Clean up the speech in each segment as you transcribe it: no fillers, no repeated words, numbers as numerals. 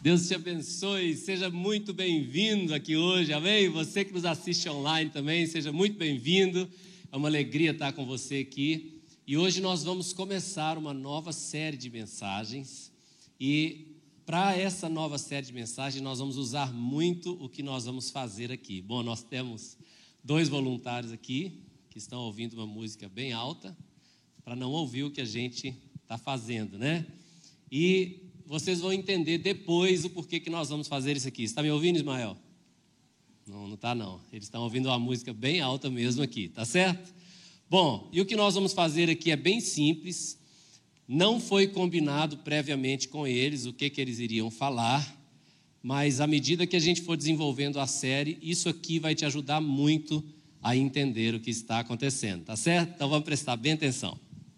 Deus te abençoe, seja muito bem-vindo aqui hoje, amém? Você que nos assiste online também, seja muito bem-vindo. É uma alegria estar com você aqui. E hoje nós vamos começar uma nova série de mensagens. E para essa nova série de mensagens, nós vamos usar muito o que nós vamos fazer aqui. Bom, nós temos 2 voluntários aqui que estão ouvindo uma música bem alta, para não ouvir o que a gente está fazendo, né? E vocês vão entender depois o porquê que nós vamos fazer isso aqui. Você está me ouvindo, Ismael? Não está não. Eles estão ouvindo uma música bem alta mesmo aqui, tá certo? Bom, e o que nós vamos fazer aqui é bem simples. Não foi combinado previamente com eles o que eles iriam falar, mas à medida que a gente for desenvolvendo a série, isso aqui vai te ajudar muito a entender o que está acontecendo, tá certo? Então vamos prestar bem atenção.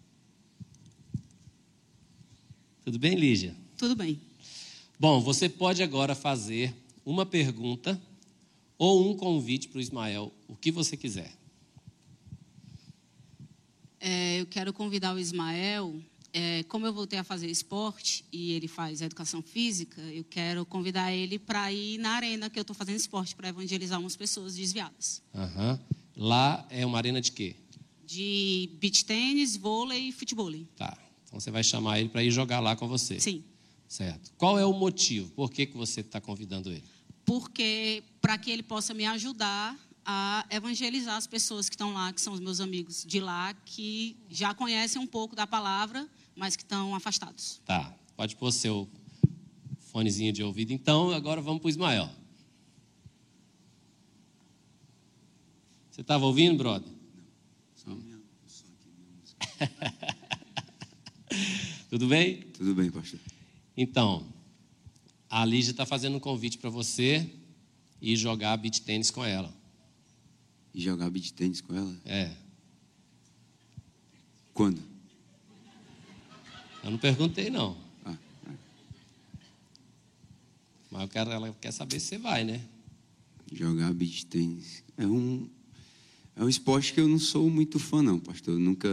Tudo bem, Lígia? Tudo bem. Bom, você pode agora fazer uma pergunta ou um convite para o Ismael, o que você quiser. Eu quero convidar o Ismael, como eu voltei a fazer esporte e ele faz educação física, eu quero convidar ele para ir na arena que eu estou fazendo esporte, para evangelizar umas pessoas desviadas. Uhum. Lá é uma arena de quê? De beach tênis, vôlei e futebol. Tá, então você vai chamar ele para ir jogar lá com você. Sim. Certo. Qual é o motivo? Por que você está convidando ele? Porque para que ele possa me ajudar a evangelizar as pessoas que estão lá, que são os meus amigos de lá, que já conhecem um pouco da palavra, mas que estão afastados. Tá, pode pôr seu fonezinho de ouvido. Então, agora vamos para o Ismael. Você estava ouvindo, brother? Só minha som aqui. Tudo bem? Tudo bem, pastor. Então, a Lígia está fazendo um convite para você ir jogar beach tênis com ela. E jogar beach tênis com ela? É. Quando? Eu não perguntei, não. Ah. Mas ela quer saber se você vai, né? Jogar beach tênis. É um esporte que eu não sou muito fã, não, pastor. Eu nunca...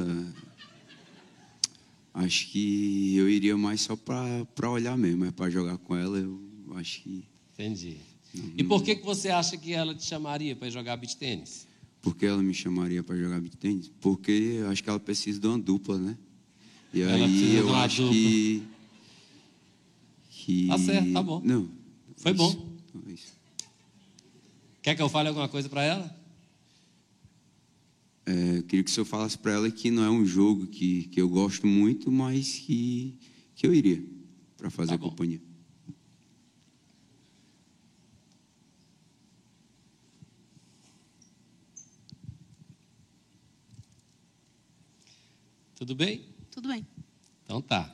Acho que eu iria mais só para olhar mesmo. Mas para jogar com ela, eu acho que... Entendi. E por que você acha que ela te chamaria para jogar beach tênis? Por que ela me chamaria para jogar beach tênis? Porque eu acho que ela precisa de uma dupla, né? E Ela precisa aí de eu uma acho dupla. que... Tá certo, tá bom. Não. Foi isso, bom. isso. Quer que eu fale alguma coisa para ela? Eu queria que o senhor falasse para ela que não é um jogo que eu gosto muito, mas que eu iria para fazer bom. companhia. Tudo bem? Tudo bem. Então tá.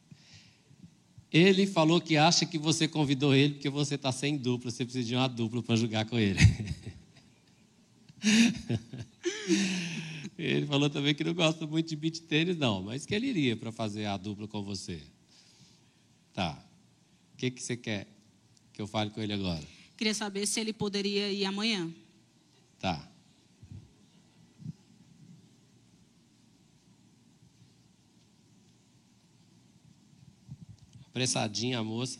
Ele falou que acha que você convidou ele porque você está sem dupla, você precisa de uma dupla para jogar com ele. Ele falou também que não gosta muito de beach tênis, não, mas que ele iria para fazer a dupla com você. Tá. O que você quer que eu fale com ele agora? Queria saber se ele poderia ir amanhã. Tá. Apressadinha a moça.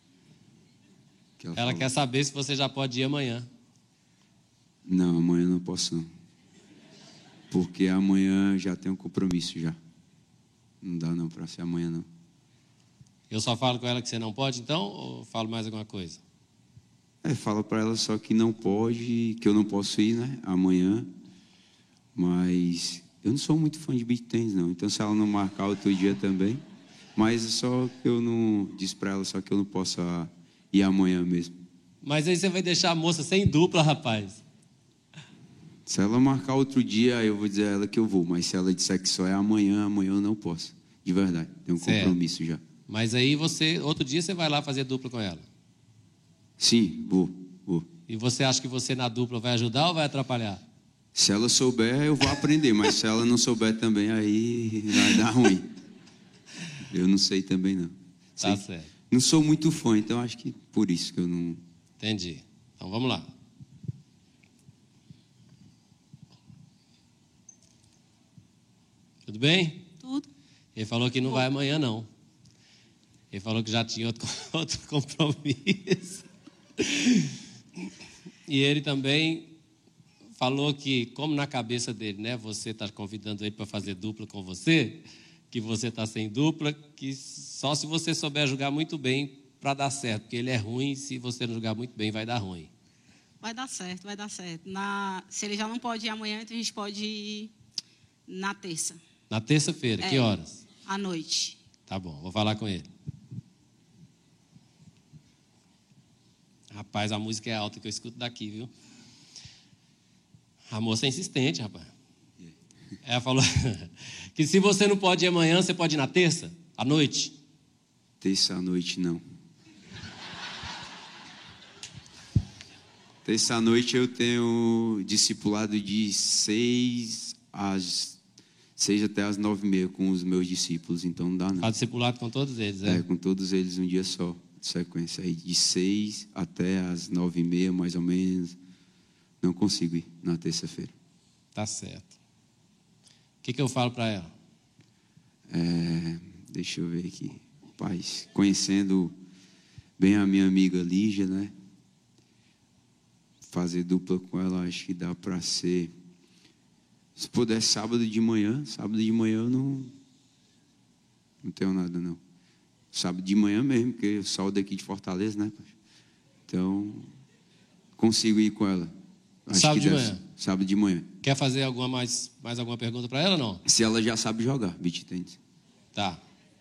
Ela quer saber se você já pode ir amanhã. Não, amanhã não posso não. Porque amanhã já tem um compromisso já. Não dá não para ser amanhã não. Eu só falo com ela que você não pode, então, ou falo mais alguma coisa? Fala para ela só que não pode, que eu não posso ir, né? Amanhã. Mas eu não sou muito fã de beach tênis, não. Então, se ela não marcar outro dia também... Mas é só que eu não... Diz para ela só que eu não posso ir amanhã mesmo. Mas aí você vai deixar a moça sem dupla, rapaz. Se ela marcar outro dia, eu vou dizer a ela que eu vou. Mas se ela disser que só é amanhã eu não posso. De verdade, tem um compromisso já. Mas aí outro dia você vai lá fazer dupla com ela? Sim, vou. E você acha que você na dupla vai ajudar ou vai atrapalhar? Se ela souber, eu vou aprender. Mas se ela não souber também, aí vai dar ruim. Eu não sei também, não. Tá certo. Não sou muito fã, então acho que por isso que eu não... Entendi. Então, vamos lá. Tudo bem? Tudo. Ele falou que não vai amanhã, não. Ele falou que já tinha outro compromisso. E ele também falou que, como na cabeça dele, né, você está convidando ele para fazer dupla com você, que você está sem dupla, que só se você souber jogar muito bem para dar certo, porque ele é ruim, se você não jogar muito bem, vai dar ruim. Vai dar certo, vai dar certo. Se ele já não pode ir amanhã, então a gente pode ir na terça. Na terça-feira, que horas? À noite. Tá bom, vou falar com ele. Rapaz, a música é alta que eu escuto daqui, viu? A moça é insistente, rapaz. Ela falou que se você não pode ir amanhã, você pode ir na terça, à noite? Terça à noite, não. Terça à noite eu tenho discipulado de 6 até as 9h30 com os meus discípulos, então não dá não. Faz discipulado com todos eles, é? Com todos eles um dia só, sequência aí, de 6 até as 9h30, mais ou menos. Não consigo ir na terça-feira. Tá certo. O que eu falo para ela? Deixa eu ver aqui. Rapaz, conhecendo bem a minha amiga Lígia, né? Fazer dupla com ela, acho que dá para ser. Se puder, sábado de manhã eu não tenho nada, não. Sábado de manhã mesmo, porque eu saio daqui de Fortaleza, né? Então, consigo ir com ela. Acho sábado que de manhã? Sábado de manhã. Quer fazer mais alguma pergunta para ela ou não? Se ela já sabe jogar beach tennis. Tá.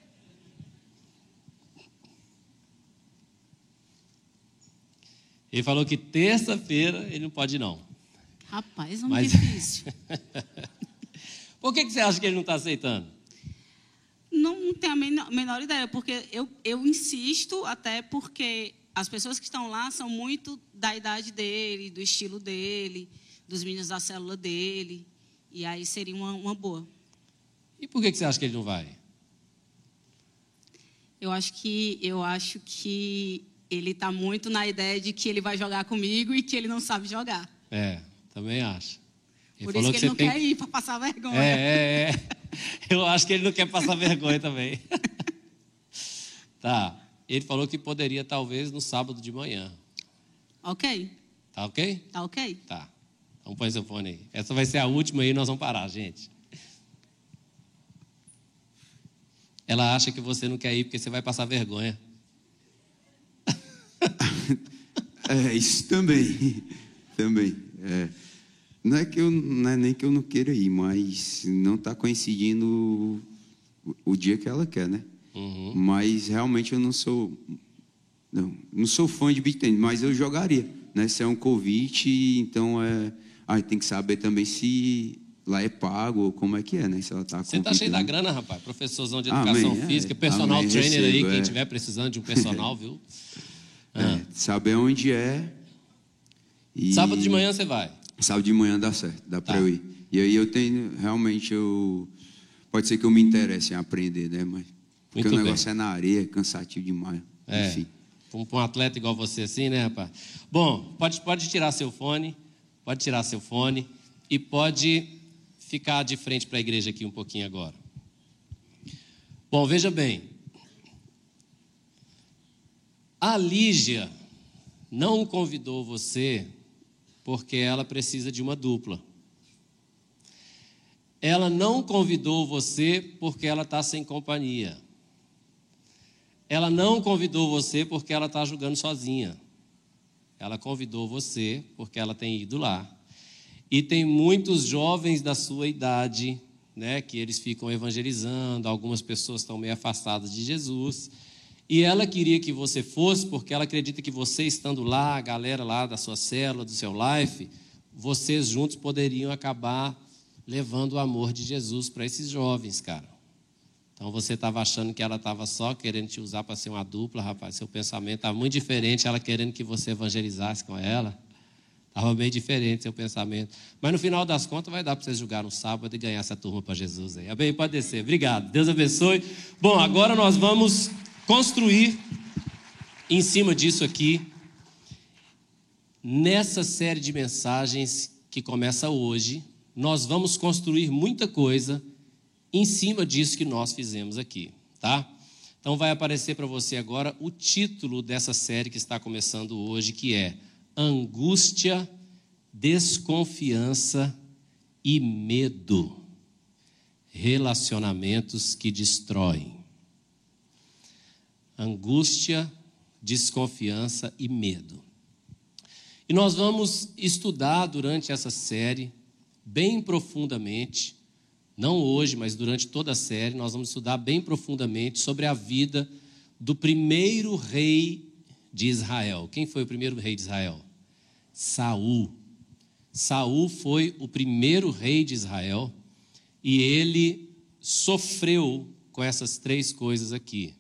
Ele falou que terça-feira ele não pode ir, não. Rapaz, é muito difícil. Por que você acha que ele não está aceitando? Não tenho a menor ideia, porque eu insisto, até porque as pessoas que estão lá são muito da idade dele, do estilo dele, dos meninos da célula dele, e aí seria uma boa. E por que você acha que ele não vai? Eu acho que ele está muito na ideia de que ele vai jogar comigo e que ele não sabe jogar. Também acho. Por isso que ele não quer ir para passar vergonha. Eu acho que ele não quer passar vergonha também. Tá. Ele falou que poderia, talvez, no sábado de manhã. Ok. Tá ok? Tá ok. Tá. Então põe seu fone aí. Essa vai ser a última e nós vamos parar, gente. Ela acha que você não quer ir porque você vai passar vergonha. Isso também. Também. Não é nem que eu não queira ir, mas não está coincidindo o dia que ela quer, né? Uhum. Mas realmente eu não sou fã de beach tennis, mas eu jogaria, né? Se é um convite, então tem que saber também se lá é pago ou como é que é, né? Se ela tá Você tá cheio da grana, rapaz. Professorzão de educação física, personal trainer recebo, aí, quem estiver precisando de um personal, viu? Saber onde é. Sábado de manhã você vai? Sábado de manhã dá certo, dá para eu ir. E aí eu tenho, realmente, pode ser que eu me interesse em aprender, né? Mas porque o negócio é na areia, é cansativo demais. Enfim. Para um atleta igual você assim, né, rapaz? Bom, pode tirar seu fone, e pode ficar de frente para a igreja aqui um pouquinho agora. Bom, veja bem. A Lígia não convidou você porque ela precisa de uma dupla. Ela não convidou você porque ela está sem companhia. Ela não convidou você porque ela está jogando sozinha. Ela convidou você porque ela tem ido lá. E tem muitos jovens da sua idade, né, que eles ficam evangelizando, algumas pessoas estão meio afastadas de Jesus. E ela queria que você fosse porque ela acredita que você estando lá, a galera lá da sua célula, do seu life, vocês juntos poderiam acabar levando o amor de Jesus para esses jovens, cara. Então você estava achando que ela estava só querendo te usar para ser uma dupla, rapaz. Seu pensamento estava muito diferente, ela querendo que você evangelizasse com ela. Estava bem diferente seu pensamento. Mas no final das contas vai dar para vocês jogar no sábado e ganhar essa turma para Jesus aí. Amém? Pode descer. Obrigado. Deus abençoe. Bom, agora nós vamos construir em cima disso aqui, nessa série de mensagens que começa hoje, nós vamos construir muita coisa em cima disso que nós fizemos aqui, tá? Então vai aparecer para você agora o título dessa série que está começando hoje, que é Angústia, Desconfiança e Medo. Relacionamentos que destroem. Angústia, desconfiança e medo. E nós vamos estudar durante essa série, bem profundamente, não hoje, mas durante toda a série, nós vamos estudar bem profundamente sobre a vida do primeiro rei de Israel. Quem foi o primeiro rei de Israel? Saul. Saul foi o primeiro rei de Israel e ele sofreu com essas três coisas aqui: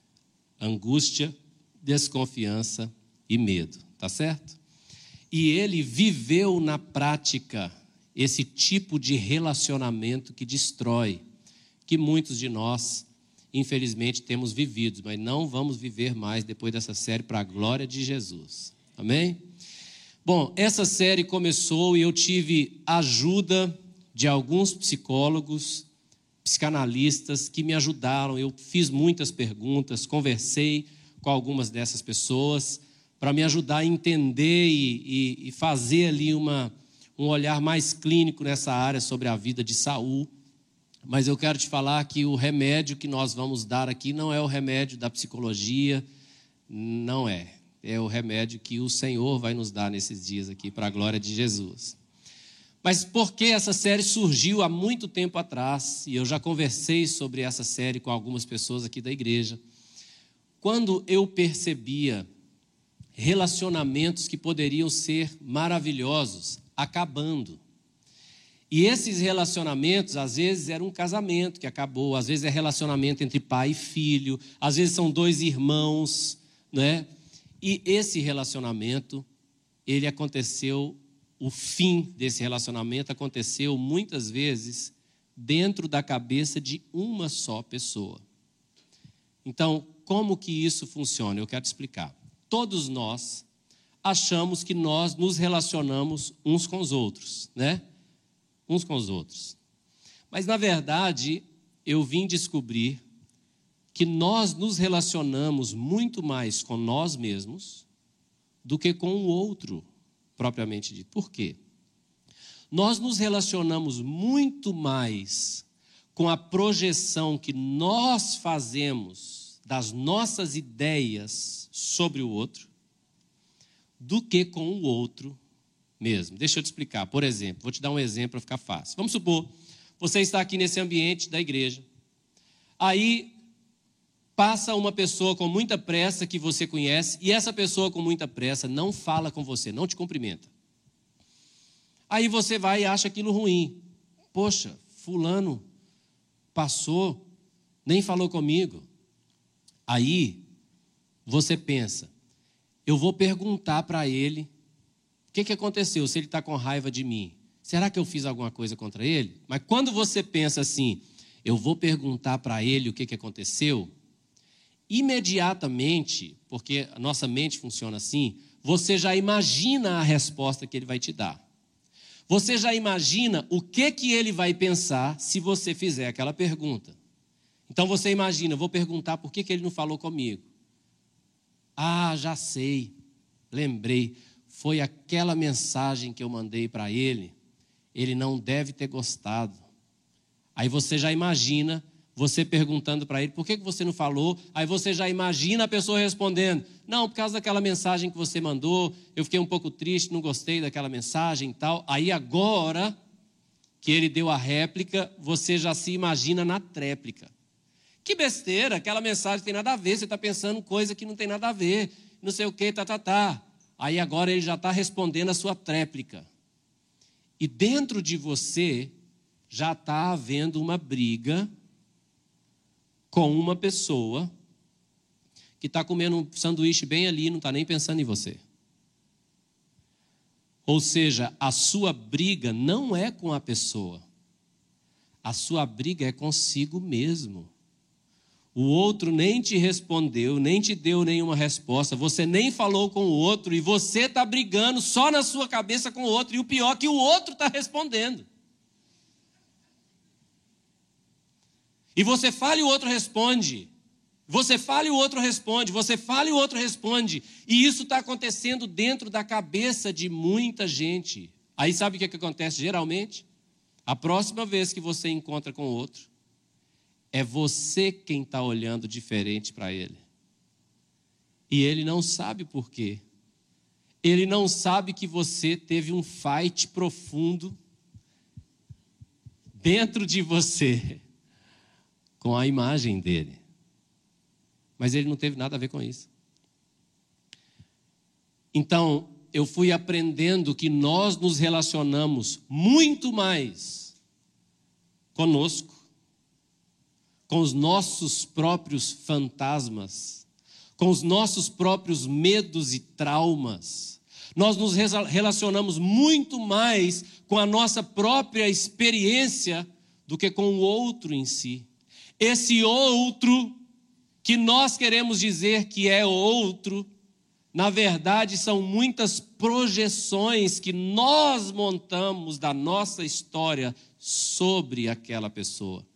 angústia, desconfiança e medo, tá certo? E ele viveu na prática esse tipo de relacionamento que destrói, que muitos de nós, infelizmente, temos vivido, mas não vamos viver mais depois dessa série para a glória de Jesus. Amém? Bom, essa série começou e eu tive ajuda de alguns psicólogos, psicanalistas que me ajudaram. Eu fiz muitas perguntas, conversei com algumas dessas pessoas para me ajudar a entender e fazer ali um olhar mais clínico nessa área sobre a vida de Saul. Mas eu quero te falar que o remédio que nós vamos dar aqui não é o remédio da psicologia, não é. É o remédio que o Senhor vai nos dar nesses dias aqui, para a glória de Jesus. Mas por que essa série surgiu há muito tempo atrás, e eu já conversei sobre essa série com algumas pessoas aqui da igreja, quando eu percebia relacionamentos que poderiam ser maravilhosos acabando. E esses relacionamentos, às vezes, era um casamento que acabou, às vezes é relacionamento entre pai e filho, às vezes são dois irmãos, né? E esse relacionamento, ele aconteceu, o fim desse relacionamento aconteceu muitas vezes dentro da cabeça de uma só pessoa. Então, como que isso funciona? Eu quero te explicar. Todos nós achamos que nós nos relacionamos uns com os outros, né? Uns com os outros. Mas, na verdade, eu vim descobrir que nós nos relacionamos muito mais com nós mesmos do que com o outro, propriamente dito. Por quê? Nós nos relacionamos muito mais com a projeção que nós fazemos das nossas ideias sobre o outro do que com o outro mesmo. Deixa eu te explicar. Por exemplo, vou te dar um exemplo para ficar fácil. Vamos supor, você está aqui nesse ambiente da igreja. Aí passa uma pessoa com muita pressa que você conhece e essa pessoa com muita pressa não fala com você, não te cumprimenta. Aí você vai e acha aquilo ruim. Poxa, fulano passou, nem falou comigo. Aí você pensa, eu vou perguntar para ele o que aconteceu, se ele está com raiva de mim. Será que eu fiz alguma coisa contra ele? Mas quando você pensa assim, eu vou perguntar para ele o que aconteceu, imediatamente, porque a nossa mente funciona assim, você já imagina a resposta que ele vai te dar. Você já imagina o que ele vai pensar se você fizer aquela pergunta. Então você imagina, eu vou perguntar por que ele não falou comigo. Ah, já sei, lembrei, foi aquela mensagem que eu mandei para ele não deve ter gostado. Aí você já imagina, você perguntando para ele, por que você não falou? Aí você já imagina a pessoa respondendo, não, por causa daquela mensagem que você mandou, eu fiquei um pouco triste, não gostei daquela mensagem e tal. Aí agora que ele deu a réplica, você já se imagina na tréplica. Que besteira, aquela mensagem tem nada a ver, você está pensando coisa que não tem nada a ver, não sei o que, Aí agora ele já está respondendo a sua tréplica. E dentro de você já está havendo uma briga com uma pessoa que está comendo um sanduíche bem ali e não está nem pensando em você. Ou seja, a sua briga não é com a pessoa. A sua briga é consigo mesmo. O outro nem te respondeu, nem te deu nenhuma resposta, você nem falou com o outro e você está brigando só na sua cabeça com o outro. E o pior é que o outro está respondendo. E você fala e o outro responde. Você fala e o outro responde, você fala e o outro responde. E isso está acontecendo dentro da cabeça de muita gente. Aí sabe o que acontece geralmente? A próxima vez que você encontra com o outro, é você quem está olhando diferente para ele. E ele não sabe por quê. Ele não sabe que você teve um fight profundo dentro de você com a imagem dele. Mas ele não teve nada a ver com isso. Então, eu fui aprendendo que nós nos relacionamos muito mais conosco, com os nossos próprios fantasmas, com os nossos próprios medos e traumas. Nós nos relacionamos muito mais com a nossa própria experiência do que com o outro em si. Esse outro que nós queremos dizer que é outro, na verdade são muitas projeções que nós montamos da nossa história sobre aquela pessoa.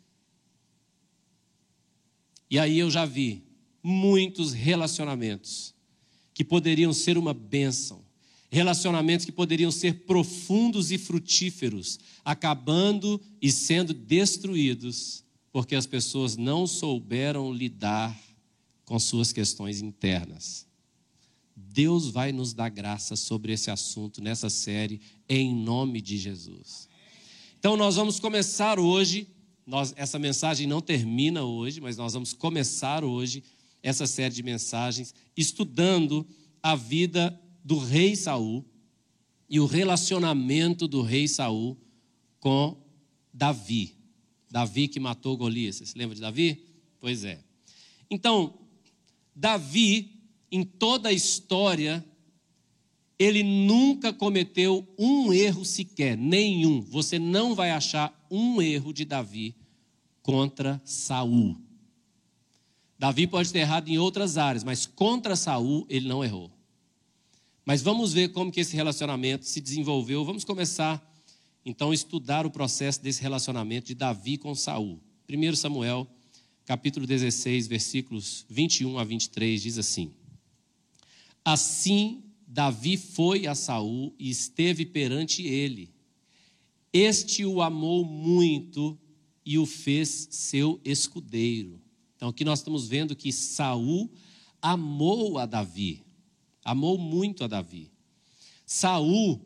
E aí eu já vi muitos relacionamentos que poderiam ser uma bênção, relacionamentos que poderiam ser profundos e frutíferos, acabando e sendo destruídos, porque as pessoas não souberam lidar com suas questões internas. Deus vai nos dar graça sobre esse assunto nessa série, em nome de Jesus. Então nós vamos começar hoje, essa mensagem não termina hoje, mas nós vamos começar hoje essa série de mensagens estudando a vida do rei Saul e o relacionamento do rei Saul com Davi. Davi que matou Golias. Você se lembra de Davi? Pois é. Então, Davi, em toda a história, ele nunca cometeu um erro sequer, nenhum. Você não vai achar um erro de Davi contra Saul. Davi pode ter errado em outras áreas, mas contra Saul ele não errou. Mas vamos ver como que esse relacionamento se desenvolveu. Vamos começar, então, a estudar o processo desse relacionamento de Davi com Saul. 1 Samuel, capítulo 16, versículos 21 a 23, diz assim: Assim Davi foi a Saul e esteve perante ele. Este o amou muito e o fez seu escudeiro. Então aqui nós estamos vendo que Saul amou a Davi. Amou muito a Davi. Saul,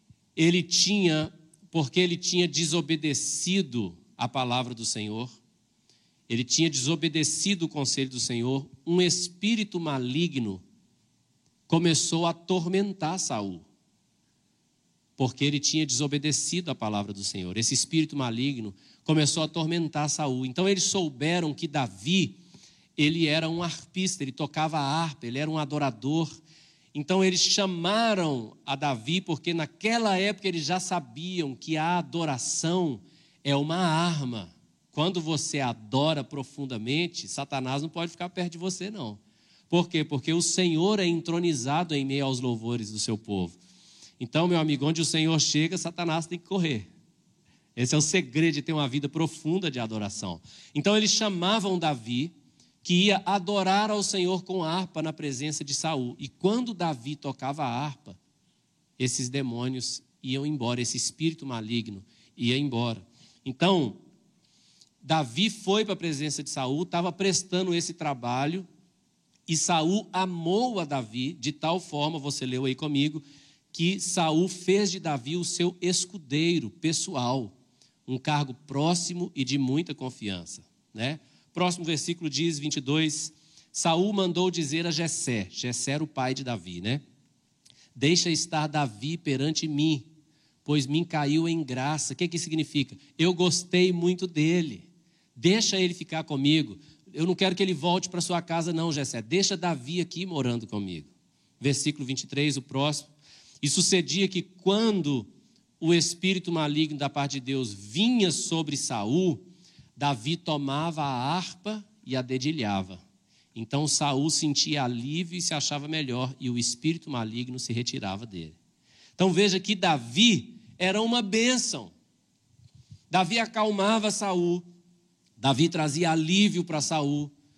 porque ele tinha desobedecido a palavra do Senhor, ele tinha desobedecido o conselho do Senhor, um espírito maligno começou a atormentar Saul, porque ele tinha desobedecido a palavra do Senhor. Esse espírito maligno começou a atormentar Saul. Então eles souberam que Davi, ele era um arpista, ele tocava harpa, ele era um adorador. Então eles chamaram a Davi, porque naquela época eles já sabiam que a adoração é uma arma. Quando você adora profundamente, Satanás não pode ficar perto de você, não. Por quê? Porque o Senhor é entronizado em meio aos louvores do seu povo. Então, meu amigo, onde o Senhor chega, Satanás tem que correr. Esse é o segredo de ter uma vida profunda de adoração. Então, eles chamavam Davi, que ia adorar ao Senhor com harpa na presença de Saul. E quando Davi tocava a harpa, esses demônios iam embora, esse espírito maligno ia embora. Então, Davi foi para a presença de Saul, estava prestando esse trabalho, e Saul amou a Davi de tal forma, você leu aí comigo, que Saul fez de Davi o seu escudeiro pessoal, um cargo próximo e de muita confiança, né? Próximo versículo diz, 22, Saul mandou dizer a Jessé era o pai de Davi, né? Deixa estar Davi perante mim, pois me caiu em graça. O que significa? Eu gostei muito dele, deixa ele ficar comigo. Eu não quero que ele volte para sua casa não, Jessé. Deixa Davi aqui morando comigo. Versículo 23, o próximo. E sucedia que quando o espírito maligno da parte de Deus vinha sobre Saul, Davi tomava a harpa e a dedilhava. Então Saul sentia alívio e se achava melhor, e o espírito maligno se retirava dele. Então veja que Davi era uma bênção. Davi acalmava Saul. Davi trazia alívio para Saul.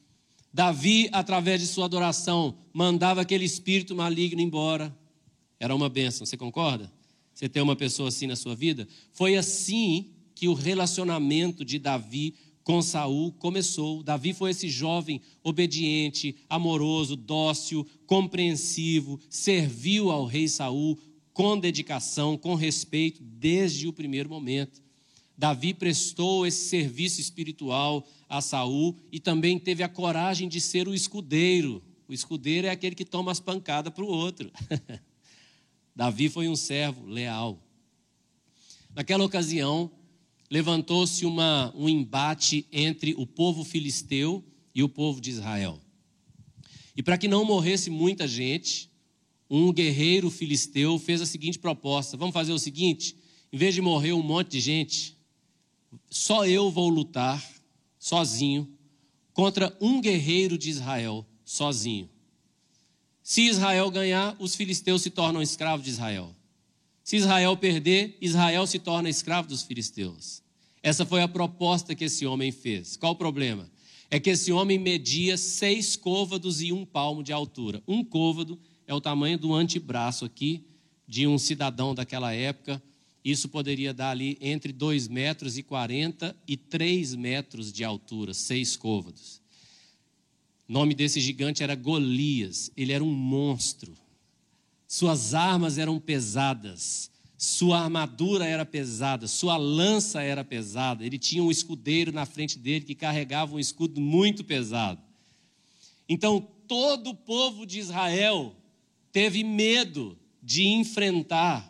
Davi, através de sua adoração, mandava aquele espírito maligno embora. Era uma bênção, você concorda? Você ter uma pessoa assim na sua vida? Foi assim que o relacionamento de Davi com Saul começou. Davi foi esse jovem obediente, amoroso, dócil, compreensivo, serviu ao rei Saul com dedicação, com respeito, desde o primeiro momento. Davi prestou esse serviço espiritual a Saul e também teve a coragem de ser o escudeiro. O escudeiro é aquele que toma as pancadas para o outro. Davi foi um servo leal. Naquela ocasião, levantou-se um embate entre o povo filisteu e o povo de Israel. E para que não morresse muita gente, um guerreiro filisteu fez a seguinte proposta: vamos fazer o seguinte, em vez de morrer um monte de gente, só eu vou lutar sozinho contra um guerreiro de Israel, sozinho. Se Israel ganhar, os filisteus se tornam escravos de Israel. Se Israel perder, Israel se torna escravo dos filisteus. Essa foi a proposta que esse homem fez. Qual o problema? É que esse homem media 6 côvados e 1 palmo de altura. Um côvado é o tamanho do antebraço aqui de um cidadão daquela época. Isso poderia dar ali entre 2,40 metros e 3 metros de altura, 6 côvados. O nome desse gigante era Golias. Ele era um monstro. Suas armas eram pesadas. Sua armadura era pesada. Sua lança era pesada. Ele tinha um escudeiro na frente dele que carregava um escudo muito pesado. Então, todo o povo de Israel teve medo de enfrentar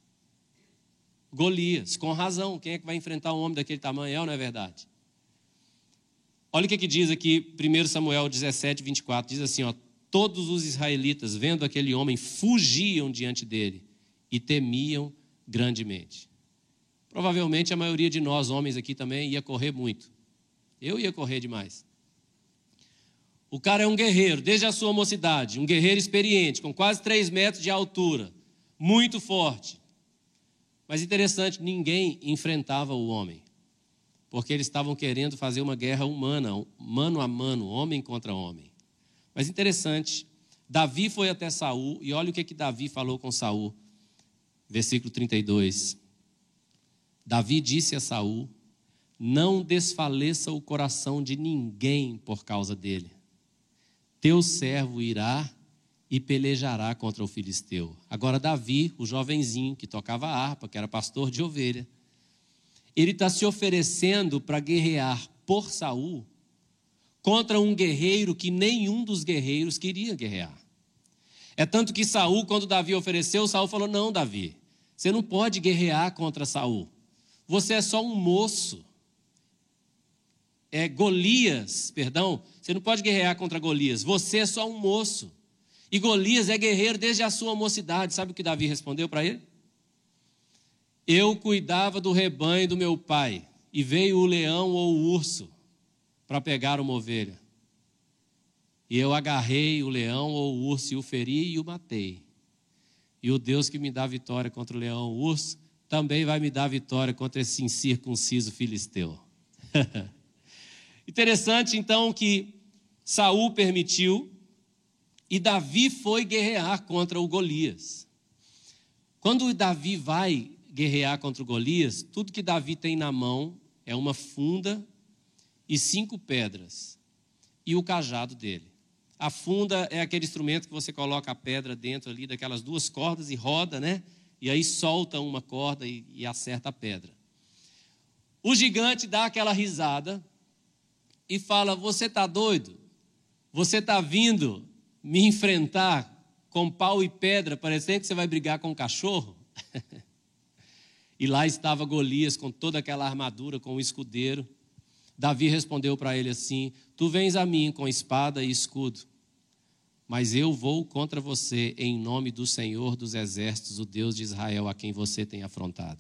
Golias. Com razão. Quem é que vai enfrentar um homem daquele tamanho? Não é verdade? Olha o que diz aqui, 1 Samuel 17, 24. Diz assim, todos os israelitas, vendo aquele homem, fugiam diante dele e temiam grandemente. Provavelmente a maioria de nós, homens aqui também, ia correr muito. Eu ia correr demais. O cara é um guerreiro, desde a sua mocidade, um guerreiro experiente, com quase 3 metros de altura, muito forte. Mas interessante, ninguém enfrentava o homem. Porque eles estavam querendo fazer uma guerra humana, mano a mano, homem contra homem. Mas interessante, Davi foi até Saul, e olha o que Davi falou com Saul. Versículo 32. Davi disse a Saul: não desfaleça o coração de ninguém por causa dele. Teu servo irá e pelejará contra o filisteu. Agora Davi, o jovenzinho que tocava harpa, que era pastor de ovelha, ele está se oferecendo para guerrear por Saul contra um guerreiro que nenhum dos guerreiros queria guerrear. É tanto que Saul, quando Davi ofereceu, Saul falou: não, Davi, você não pode guerrear contra Saul. Você é só um moço. Golias, você não pode guerrear contra Golias. Você é só um moço. E Golias é guerreiro desde a sua mocidade. Sabe o que Davi respondeu para ele? Eu cuidava do rebanho do meu pai, e veio o leão ou o urso para pegar uma ovelha. E eu agarrei o leão ou o urso e o feri e o matei. E o Deus que me dá vitória contra o leão ou o urso, também vai me dar vitória contra esse incircunciso filisteu. Interessante, então, que Saul permitiu e Davi foi guerrear contra o Golias. Quando Davi vai guerrear contra o Golias, tudo que Davi tem na mão é uma funda e 5 pedras e o cajado dele. A funda é aquele instrumento que você coloca a pedra dentro ali, daquelas 2 cordas e roda, né? E aí solta uma corda e acerta a pedra. O gigante dá aquela risada e fala: você está doido? Você está vindo me enfrentar com pau e pedra, parecendo que você vai brigar com um cachorro? E lá estava Golias com toda aquela armadura, com o escudeiro. Davi respondeu para ele assim: tu vens a mim com espada e escudo, mas eu vou contra você em nome do Senhor dos Exércitos, o Deus de Israel, a quem você tem afrontado.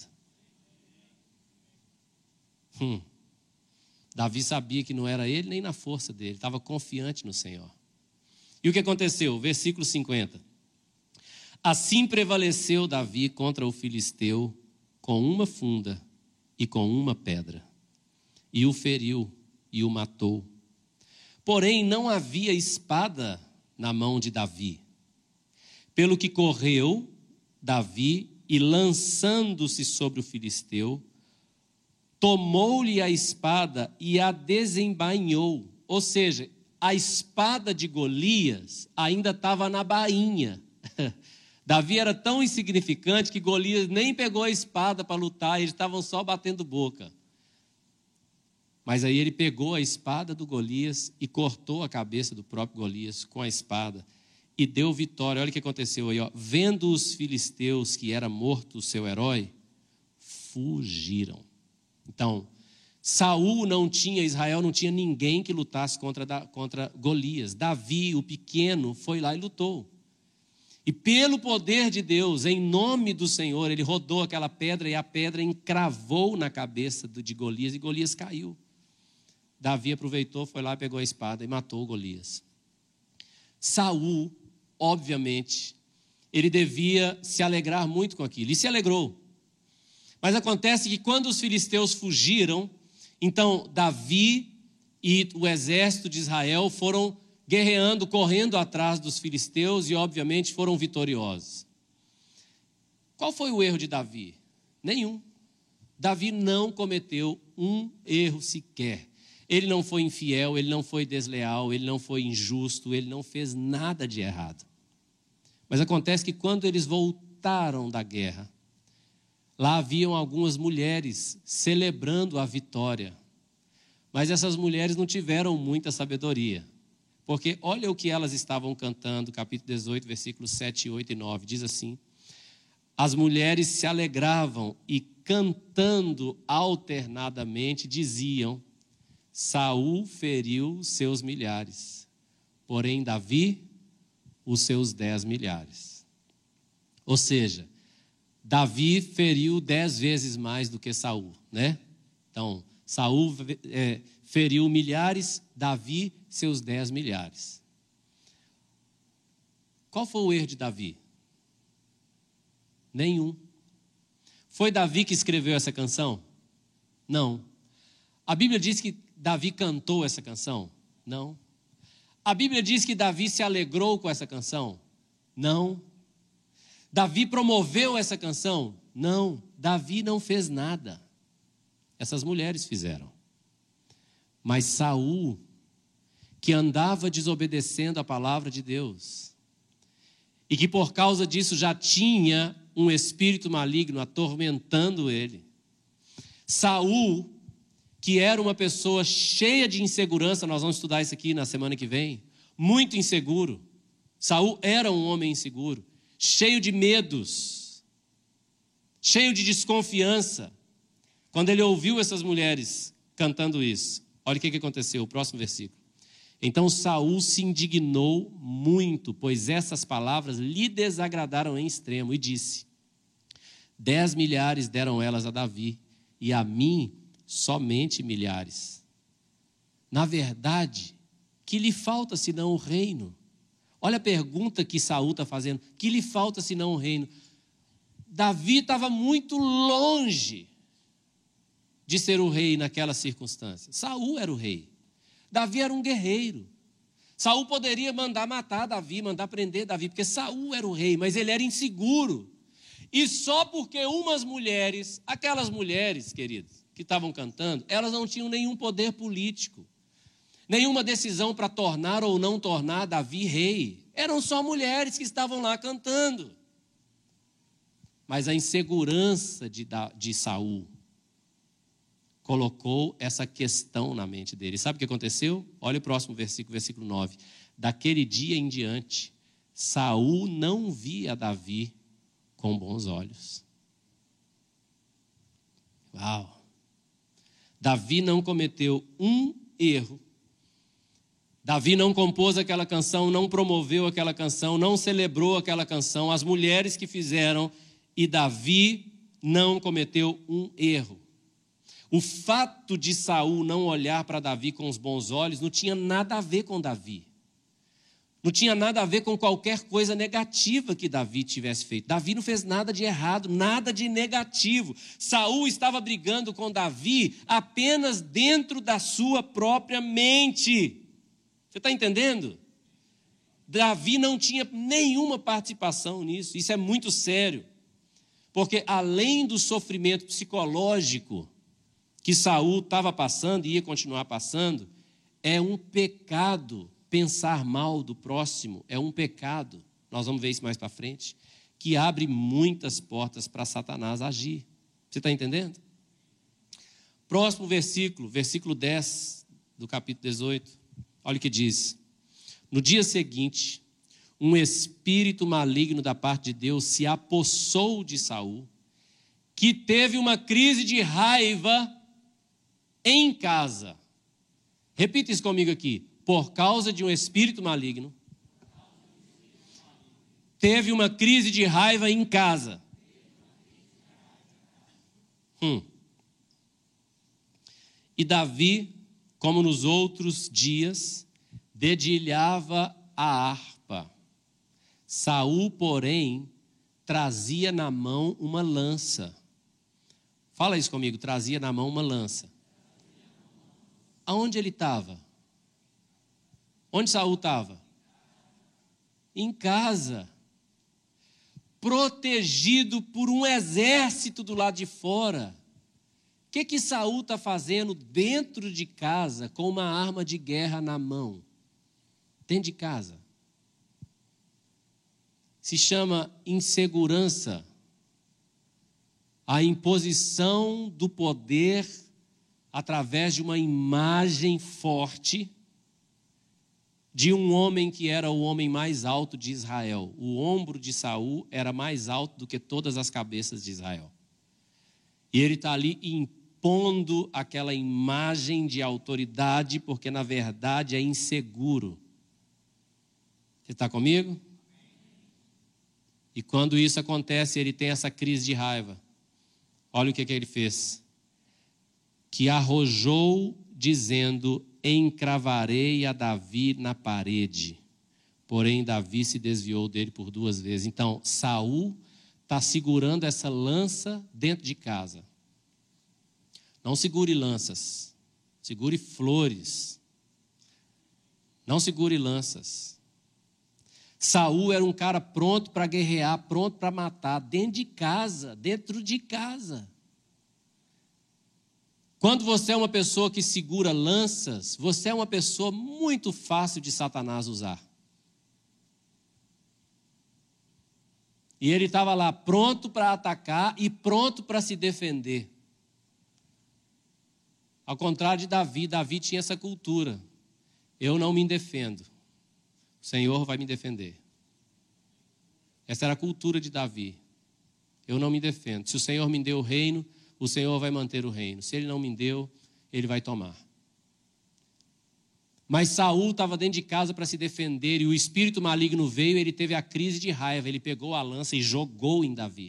Davi sabia que não era ele nem na força dele, estava confiante no Senhor. E o que aconteceu? Versículo 50. Assim prevaleceu Davi contra o filisteu com uma funda e com uma pedra, e o feriu e o matou. Porém, não havia espada na mão de Davi. Pelo que correu Davi e, lançando-se sobre o filisteu, tomou-lhe a espada e a desembainhou. Ou seja, a espada de Golias ainda estava na bainha. Davi era tão insignificante que Golias nem pegou a espada para lutar, eles estavam só batendo boca. Mas aí ele pegou a espada do Golias e cortou a cabeça do próprio Golias com a espada e deu vitória. Olha o que aconteceu aí, ó. Vendo os filisteus que era morto o seu herói, fugiram. Então, Israel não tinha ninguém que lutasse contra Golias. Davi, o pequeno, foi lá e lutou. E pelo poder de Deus, em nome do Senhor, ele rodou aquela pedra e a pedra encravou na cabeça de Golias e Golias caiu. Davi aproveitou, foi lá, pegou a espada e matou Golias. Saul, obviamente, ele devia se alegrar muito com aquilo. E se alegrou. Mas acontece que quando os filisteus fugiram, então Davi e o exército de Israel foram guerreando, correndo atrás dos filisteus e, obviamente, foram vitoriosos. Qual foi o erro de Davi? Nenhum. Davi não cometeu um erro sequer. Ele não foi infiel, ele não foi desleal, ele não foi injusto, ele não fez nada de errado. Mas acontece que quando eles voltaram da guerra, lá haviam algumas mulheres celebrando a vitória. Mas essas mulheres não tiveram muita sabedoria. Porque olha o que elas estavam cantando, capítulo 18, versículos 7, 8 e 9. Diz assim: as mulheres se alegravam e cantando alternadamente diziam: Saul feriu seus milhares, porém Davi os seus 10 milhares. Ou seja, Davi feriu 10 vezes mais do que Saul, né? Então, Saul feriu milhares, Davi seus 10 milhares. Qual foi o erro de Davi? Nenhum. Foi Davi que escreveu essa canção? Não. A Bíblia diz que Davi cantou essa canção? Não. A Bíblia diz que Davi se alegrou com essa canção? Não. Davi promoveu essa canção? Não. Davi não fez nada. Essas mulheres fizeram. Mas Saul, que andava desobedecendo a palavra de Deus, e que por causa disso já tinha um espírito maligno atormentando ele. Saul, que era uma pessoa cheia de insegurança, nós vamos estudar isso aqui na semana que vem, muito inseguro. Saul era um homem inseguro, cheio de medos, cheio de desconfiança. Quando ele ouviu essas mulheres cantando isso, olha o que aconteceu, o próximo versículo. Então Saul se indignou muito, pois essas palavras lhe desagradaram em extremo, e disse: 10 milhares deram elas a Davi, e a mim somente milhares. Na verdade, que lhe falta senão o reino? Olha a pergunta que Saul está fazendo. Que lhe falta senão o reino? Davi estava muito longe de ser o rei naquela circunstância. Saul era o rei. Davi era um guerreiro. Saul poderia mandar matar Davi, mandar prender Davi, porque Saul era o rei, mas ele era inseguro. E só porque umas mulheres, aquelas mulheres, queridos, que estavam cantando, elas não tinham nenhum poder político, nenhuma decisão para tornar ou não tornar Davi rei. Eram só mulheres que estavam lá cantando. Mas a insegurança de Saul colocou essa questão na mente dele. Sabe o que aconteceu? Olha o próximo versículo, versículo 9. Daquele dia em diante, Saul não via Davi com bons olhos. Uau! Davi não cometeu um erro. Davi não compôs aquela canção, não promoveu aquela canção, não celebrou aquela canção. As mulheres que fizeram, e Davi não cometeu um erro. O fato de Saul não olhar para Davi com os bons olhos não tinha nada a ver com Davi. Não tinha nada a ver com qualquer coisa negativa que Davi tivesse feito. Davi não fez nada de errado, nada de negativo. Saul estava brigando com Davi apenas dentro da sua própria mente. Você está entendendo? Davi não tinha nenhuma participação nisso. Isso é muito sério. Porque além do sofrimento psicológico que Saul estava passando e ia continuar passando, é um pecado pensar mal do próximo, é um pecado, nós vamos ver isso mais para frente, que abre muitas portas para Satanás agir. Você está entendendo? Próximo versículo, versículo 10 do capítulo 18, olha o que diz. No dia seguinte, um espírito maligno da parte de Deus se apossou de Saul, que teve uma crise de raiva em casa. Repita isso comigo aqui. Por causa de um espírito maligno, teve uma crise de raiva em casa. E Davi, como nos outros dias, dedilhava a harpa. Saul, porém, trazia na mão uma lança. Fala isso comigo, trazia na mão uma lança. Aonde ele estava? Onde Saul estava? Em casa. Protegido por um exército do lado de fora. O que Saul está fazendo dentro de casa com uma arma de guerra na mão? Dentro de casa. Se chama insegurança. A imposição do poder através de uma imagem forte de um homem que era o homem mais alto de Israel. O ombro de Saul era mais alto do que todas as cabeças de Israel. E ele está ali impondo aquela imagem de autoridade, porque na verdade é inseguro. Você está comigo? E quando isso acontece, ele tem essa crise de raiva. Olha o que ele fez. Que arrojou, dizendo: encravarei a Davi na parede. Porém, Davi se desviou dele por 2 vezes. Então, Saul está segurando essa lança dentro de casa. Não segure lanças, segure flores. Não segure lanças. Saul era um cara pronto para guerrear, pronto para matar, dentro de casa, dentro de casa. Quando você é uma pessoa que segura lanças, você é uma pessoa muito fácil de Satanás usar. E ele estava lá pronto para atacar e pronto para se defender. Ao contrário de Davi, Davi tinha essa cultura. Eu não me defendo. O Senhor vai me defender. Essa era a cultura de Davi. Eu não me defendo. Se o Senhor me deu o reino, o Senhor vai manter o reino. Se Ele não me deu, Ele vai tomar. Mas Saul estava dentro de casa para se defender e o espírito maligno veio e ele teve a crise de raiva. Ele pegou a lança e jogou em Davi.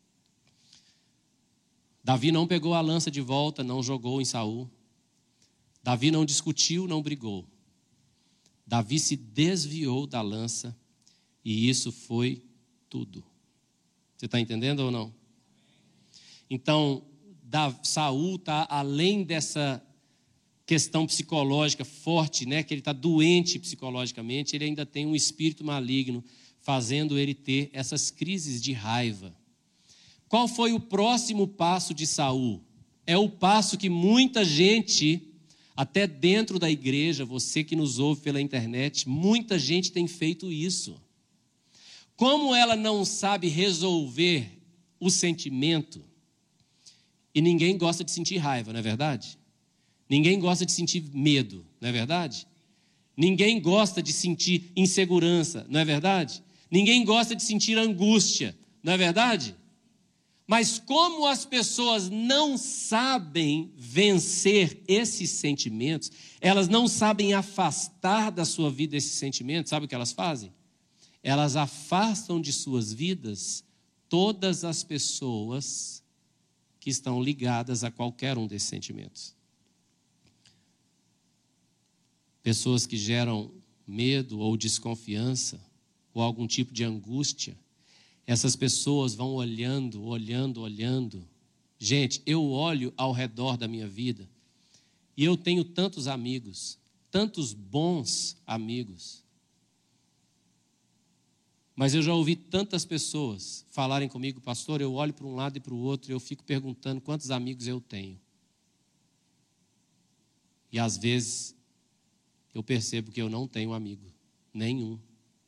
Davi não pegou a lança de volta, não jogou em Saul. Davi não discutiu, não brigou. Davi se desviou da lança e isso foi tudo. Você está entendendo ou não? Então, Saul está além dessa questão psicológica forte, né, que ele está doente psicologicamente, ele ainda tem um espírito maligno fazendo ele ter essas crises de raiva. Qual foi o próximo passo de Saul? É o passo que muita gente, até dentro da igreja, você que nos ouve pela internet, muita gente tem feito isso. Como ela não sabe resolver o sentimento, e ninguém gosta de sentir raiva, não é verdade? Ninguém gosta de sentir medo, não é verdade? Ninguém gosta de sentir insegurança, não é verdade? Ninguém gosta de sentir angústia, não é verdade? Mas como as pessoas não sabem vencer esses sentimentos, elas não sabem afastar da sua vida esses sentimentos, sabe o que elas fazem? Elas afastam de suas vidas todas as pessoas que estão ligadas a qualquer um desses sentimentos. Pessoas que geram medo ou desconfiança, ou algum tipo de angústia, essas pessoas vão olhando. Gente, eu olho ao redor da minha vida e eu tenho tantos amigos tantos bons amigos. Mas eu já ouvi tantas pessoas falarem comigo, pastor, eu olho para um lado e para o outro e eu fico perguntando quantos amigos eu tenho. E às vezes eu percebo que eu não tenho amigo, nenhum.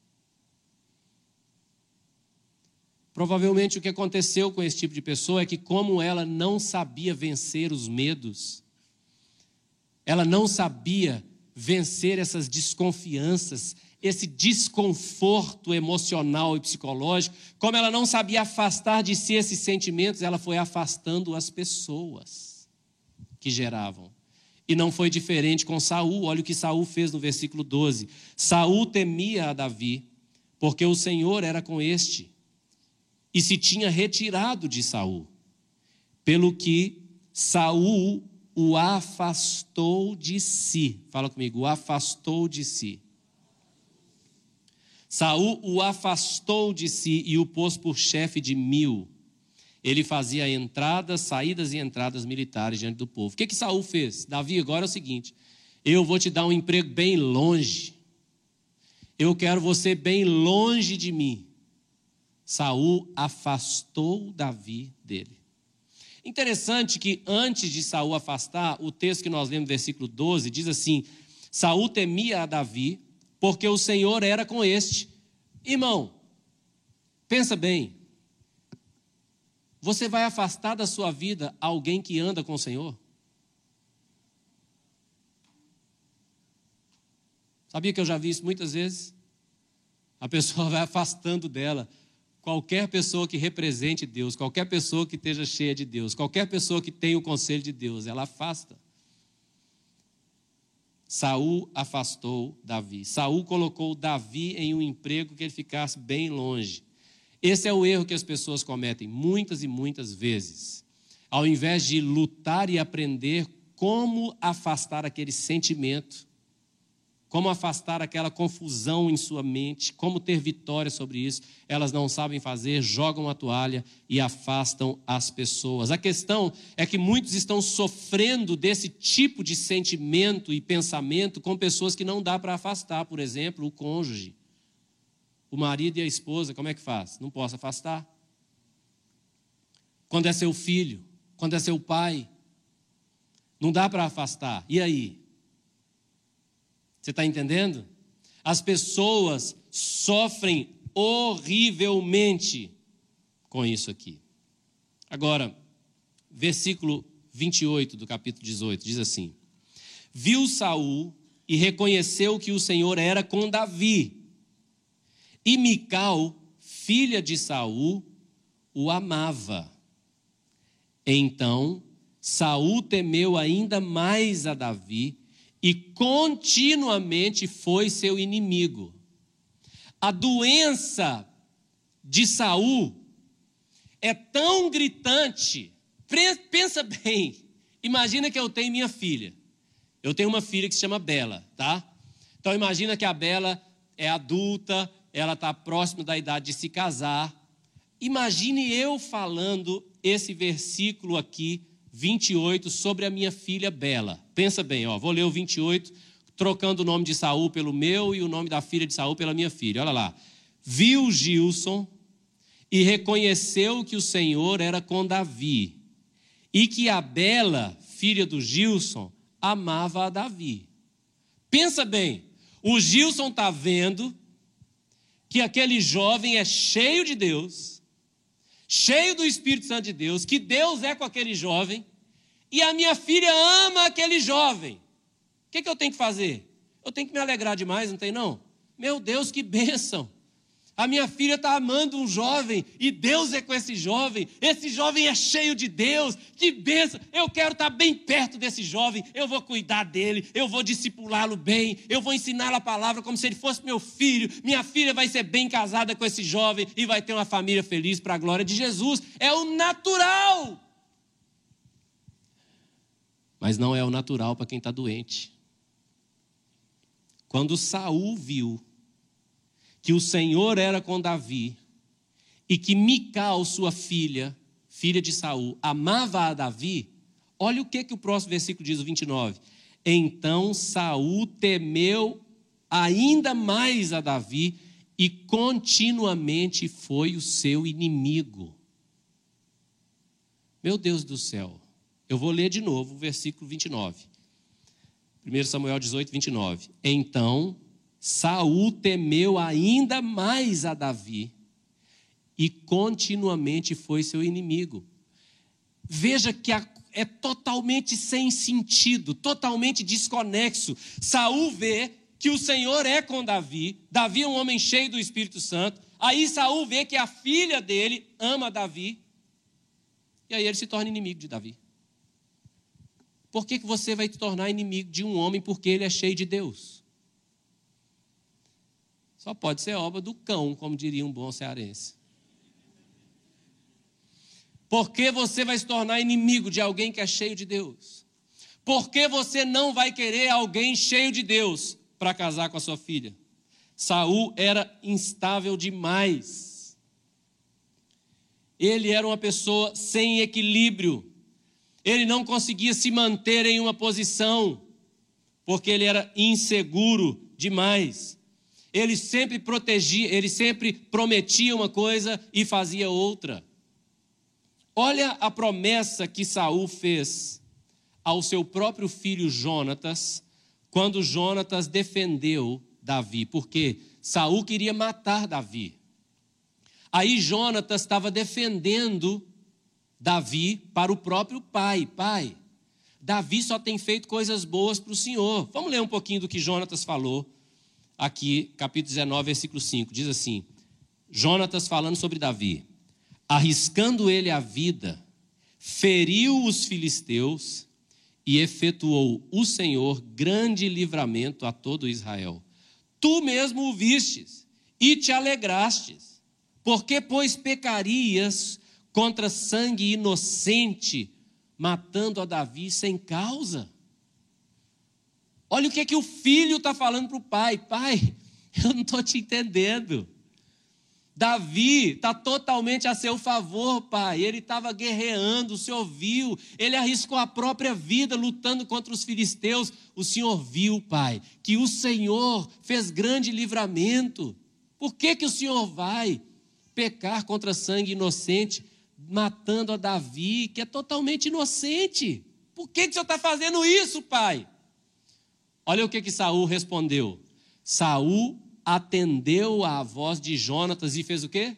Provavelmente o que aconteceu com esse tipo de pessoa é que, como ela não sabia vencer os medos, ela não sabia vencer essas desconfianças, esse desconforto emocional e psicológico, como ela não sabia afastar de si esses sentimentos, ela foi afastando as pessoas que geravam. E não foi diferente com Saul. Olha o que Saul fez no versículo 12. Saul temia a Davi, porque o Senhor era com este, e se tinha retirado de Saul, pelo que Saul o afastou de si. Fala comigo, o afastou de si. Saul o afastou de si e o pôs por chefe de 1000. Ele fazia entradas, saídas e entradas militares diante do povo. O que Saul fez? Davi, agora é o seguinte, eu vou te dar um emprego bem longe. Eu quero você bem longe de mim. Saul afastou Davi dele. Interessante que antes de Saul afastar, o texto que nós lemos no versículo 12 diz assim: Saul temia a Davi, porque o Senhor era com este. Irmão, pensa bem, você vai afastar da sua vida alguém que anda com o Senhor? Sabia que eu já vi isso muitas vezes? A pessoa vai afastando dela qualquer pessoa que represente Deus, qualquer pessoa que esteja cheia de Deus, qualquer pessoa que tenha o conselho de Deus, ela afasta. Saul afastou Davi. Saul colocou Davi em um emprego que ele ficasse bem longe. Esse é o erro que as pessoas cometem muitas e muitas vezes. Ao invés de lutar e aprender como afastar aquele sentimento, como afastar aquela confusão em sua mente, como ter vitória sobre isso, elas não sabem fazer, jogam a toalha e afastam as pessoas. A questão é que muitos estão sofrendo desse tipo de sentimento e pensamento com pessoas que não dá para afastar. Por exemplo, o cônjuge, o marido e a esposa, como é que faz? Não posso afastar. Quando é seu filho, quando é seu pai, não dá para afastar. E aí? Você está entendendo? As pessoas sofrem horrivelmente com isso aqui. Agora, versículo 28 do capítulo 18, diz assim: Viu Saul e reconheceu que o Senhor era com Davi, e Mical, filha de Saul, o amava. Então, Saul temeu ainda mais a Davi, e continuamente foi seu inimigo. A doença de Saul é tão gritante. Pensa bem, imagina que eu tenho minha filha. Eu tenho uma filha que se chama Bela, tá? Então imagina que a Bela é adulta, ela está próxima da idade de se casar. Imagine eu falando esse versículo aqui, 28, sobre a minha filha Bela. Pensa bem, vou ler o 28, trocando o nome de Saul pelo meu e o nome da filha de Saul pela minha filha. Olha lá. Viu Gilson e reconheceu que o Senhor era com Davi, e que a Bela, filha do Gilson, amava a Davi. Pensa bem, o Gilson está vendo que aquele jovem é cheio de Deus, cheio do Espírito Santo de Deus, que Deus é com aquele jovem, e a minha filha ama aquele jovem. O que eu tenho que fazer? Eu tenho que me alegrar demais, não tem não? Meu Deus, que bênção! A minha filha está amando um jovem, e Deus é com esse jovem é cheio de Deus, que bênção! Eu quero estar bem perto desse jovem, eu vou cuidar dele, eu vou discipulá-lo bem, eu vou ensinar a palavra como se ele fosse meu filho, minha filha vai ser bem casada com esse jovem, e vai ter uma família feliz para a glória de Jesus. É o natural! Mas não é o natural para quem está doente. Quando Saul viu que o Senhor era com Davi, e que Mical, sua filha, filha de Saul, amava a Davi, olha o que o próximo versículo diz, o 29. Então Saul temeu ainda mais a Davi e continuamente foi o seu inimigo. Meu Deus do céu. Eu vou ler de novo o versículo 29. 1 Samuel 18, 29. Então Saul temeu ainda mais a Davi e continuamente foi seu inimigo. Veja que é totalmente sem sentido, totalmente desconexo. Saul vê que o Senhor é com Davi. Davi é um homem cheio do Espírito Santo. Aí Saul vê que a filha dele ama Davi. E aí ele se torna inimigo de Davi. Por que você vai se tornar inimigo de um homem porque ele é cheio de Deus? Só pode ser obra do cão, como diria um bom cearense. Por que você vai se tornar inimigo de alguém que é cheio de Deus? Por que você não vai querer alguém cheio de Deus para casar com a sua filha? Saul era instável demais. Ele era uma pessoa sem equilíbrio. Ele não conseguia se manter em uma posição, porque ele era inseguro demais. Ele sempre prometia uma coisa e fazia outra. Olha a promessa que Saul fez ao seu próprio filho Jonatas, quando Jonatas defendeu Davi, porque Saul queria matar Davi. Aí Jonatas estava defendendo Davi para o próprio pai. Pai, Davi só tem feito coisas boas para o Senhor. Vamos ler um pouquinho do que Jonatas falou aqui, capítulo 19, versículo 5. Diz assim, Jonatas falando sobre Davi. Arriscando ele a vida, feriu os filisteus e efetuou o Senhor grande livramento a todo Israel. Tu mesmo o vistes e te alegrastes, porque, pois, pecarias contra sangue inocente, matando a Davi sem causa? Olha o que o filho está falando para o pai. Pai, eu não estou te entendendo. Davi está totalmente a seu favor, pai. Ele estava guerreando, o Senhor viu. Ele arriscou a própria vida lutando contra os filisteus. O Senhor viu, pai, que o Senhor fez grande livramento. Por que o Senhor vai pecar contra sangue inocente, matando a Davi, que é totalmente inocente? Por que o Senhor está fazendo isso, pai? Olha o que Saul respondeu. Saul atendeu à voz de Jonatas e fez o quê?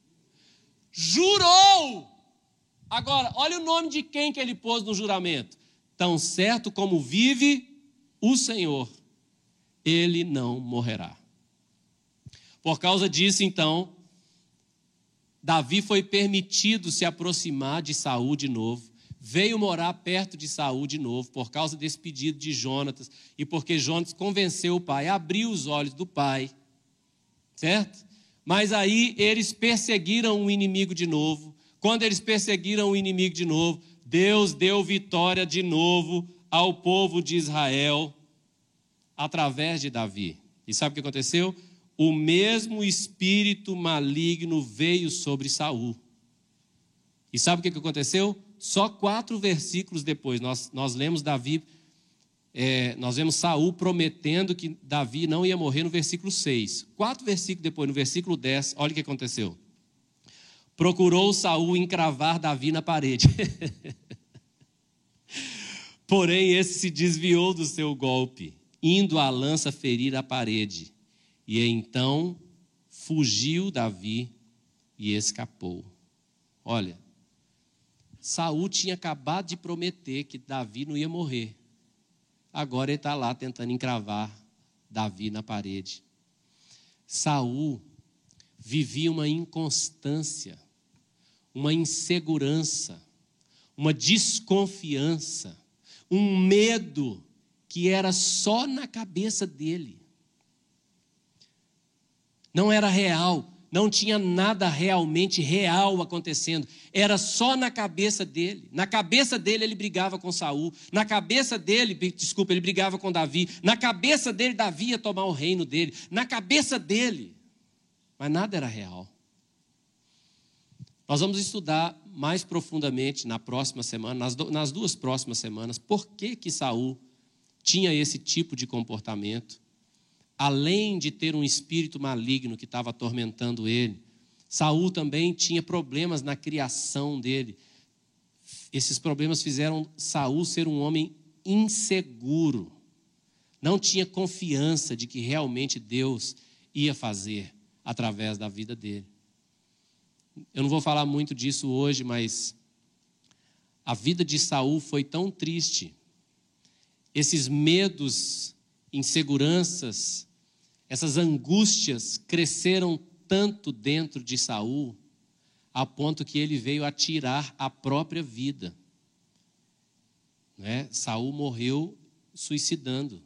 Jurou! Agora, olha o nome de quem que ele pôs no juramento. Tão certo como vive o Senhor, ele não morrerá. Por causa disso, então, Davi foi permitido se aproximar de Saul de novo. Veio morar perto de Saul de novo, por causa desse pedido de Jonatas, e porque Jonatas convenceu o pai, abriu os olhos do pai, certo? Mas aí eles perseguiram o inimigo de novo. Quando eles perseguiram o inimigo de novo, Deus deu vitória de novo ao povo de Israel, através de Davi. E sabe o que aconteceu? O mesmo espírito maligno veio sobre Saul. E sabe o que aconteceu? Só 4 versículos depois, nós lemos nós vemos Saul prometendo que Davi não ia morrer no versículo 6. 4 versículos depois, no versículo 10, olha o que aconteceu. Procurou Saul encravar Davi na parede. Porém, esse se desviou do seu golpe, indo a lança ferir a parede. E então fugiu Davi e escapou. Olha, Saul tinha acabado de prometer que Davi não ia morrer. Agora ele está lá tentando encravar Davi na parede. Saul vivia uma inconstância, uma insegurança, uma desconfiança, um medo que era só na cabeça dele. Não era real. Não tinha nada realmente real acontecendo. Era só na cabeça dele. Na cabeça dele ele brigava com Saul. Na cabeça dele, ele brigava com Davi. Na cabeça dele, Davi ia tomar o reino dele. Na cabeça dele. Mas nada era real. Nós vamos estudar mais profundamente na próxima semana, nas 2 próximas semanas, por que Saul tinha esse tipo de comportamento. Além de ter um espírito maligno que estava atormentando ele, Saul também tinha problemas na criação dele. Esses problemas fizeram Saul ser um homem inseguro. Não tinha confiança de que realmente Deus ia fazer através da vida dele. Eu não vou falar muito disso hoje, mas a vida de Saul foi tão triste. Esses medos, inseguranças, essas angústias cresceram tanto dentro de Saul, a ponto que ele veio a tirar a própria vida. Saul morreu suicidando.